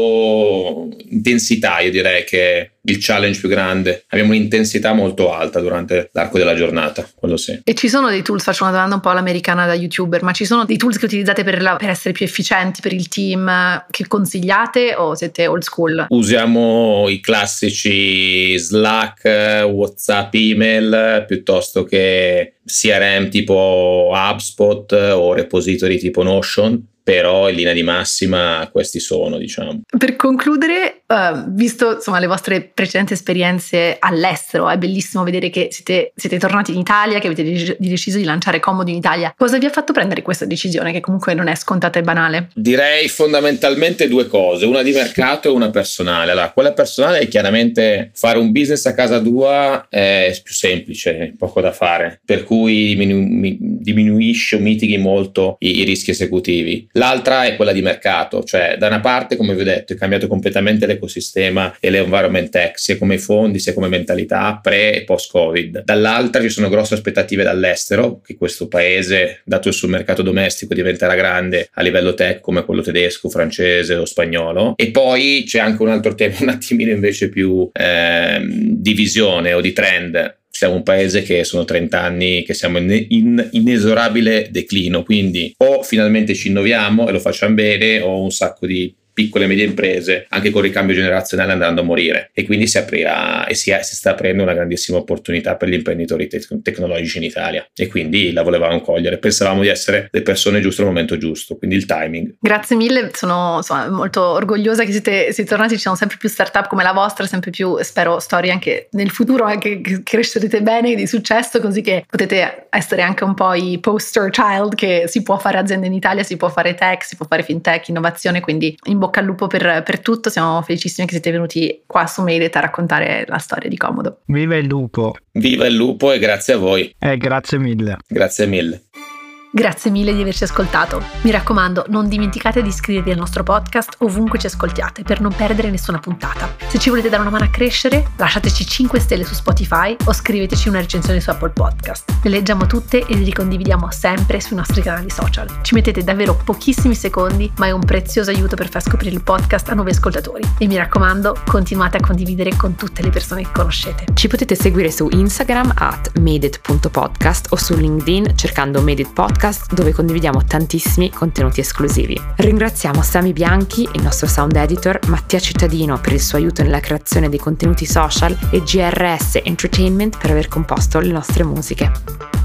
molto intensità, io direi che è il challenge più grande. Abbiamo un'intensità molto alta durante l'arco della giornata, quello sì. E ci sono dei tools, faccio una domanda un po' all'americana da youtuber, ma ci sono dei tools che utilizzate per, la, per essere più efficienti per il team, che consigliate o siete old school? Usiamo i classici Slack, WhatsApp, email, piuttosto che C R M tipo HubSpot o repository tipo Notion, però in linea di massima questi sono, diciamo. Per concludere, uh, visto insomma le vostre precedenti esperienze all'estero, è bellissimo vedere che siete, siete tornati in Italia, che avete de- deciso di lanciare Comodo in Italia. Cosa vi ha fatto prendere questa decisione, che comunque non è scontata e banale? Direi fondamentalmente due cose, una di mercato e una personale. Allora, quella personale è chiaramente fare un business a casa tua è più semplice, poco da fare, per cui diminu- diminuisci o mitighi molto i, i rischi esecutivi. L'altra è quella di mercato, cioè da una parte, come vi ho detto, è cambiato completamente l'ecosistema e l'environment tech, sia come fondi sia come mentalità pre e post Covid. Dall'altra ci sono grosse aspettative dall'estero, che questo paese, dato il suo mercato domestico, diventerà grande a livello tech come quello tedesco, francese o spagnolo. E poi c'è anche un altro tema un attimino invece più eh, di visione o di trend. Siamo un paese che sono trenta anni che siamo in, in inesorabile declino, quindi o finalmente ci innoviamo e lo facciamo bene, o un sacco di piccole e medie imprese anche con il ricambio generazionale andando a morire, e quindi si aprirà e si, è, si sta aprendo una grandissima opportunità per gli imprenditori te- tecnologici in Italia, e quindi la volevamo cogliere. Pensavamo di essere le persone giuste al momento giusto, quindi il timing. Grazie mille, sono insomma, molto orgogliosa che siete, siete tornati. Ci sono sempre più startup come la vostra, sempre più, spero, storie anche nel futuro, anche che crescerete bene, di successo, così che potete essere anche un po' i poster child che si può fare azienda in Italia, si può fare tech, si può fare fintech, innovazione, quindi in bocca al lupo per, per tutto. Siamo felicissimi che siete venuti qua su Made a raccontare la storia di Comodo. Viva il lupo! Viva il lupo e grazie a voi. Eh, grazie mille. Grazie mille. Grazie mille di averci ascoltato. Mi raccomando, non dimenticate di iscrivervi al nostro podcast ovunque ci ascoltiate per non perdere nessuna puntata. Se ci volete dare una mano a crescere, lasciateci cinque stelle su Spotify o scriveteci una recensione su Apple Podcast. Le leggiamo tutte e le ricondividiamo sempre sui nostri canali social. Ci mettete davvero pochissimi secondi, ma è un prezioso aiuto per far scoprire il podcast a nuovi ascoltatori. E mi raccomando, continuate a condividere con tutte le persone che conoscete. Ci potete seguire su Instagram at madeit punto podcast o su LinkedIn cercando Made It Podcast podcast dove condividiamo tantissimi contenuti esclusivi. Ringraziamo Sami Bianchi, il nostro sound editor, Mattia Cittadino per il suo aiuto nella creazione dei contenuti social e G R S Entertainment per aver composto le nostre musiche.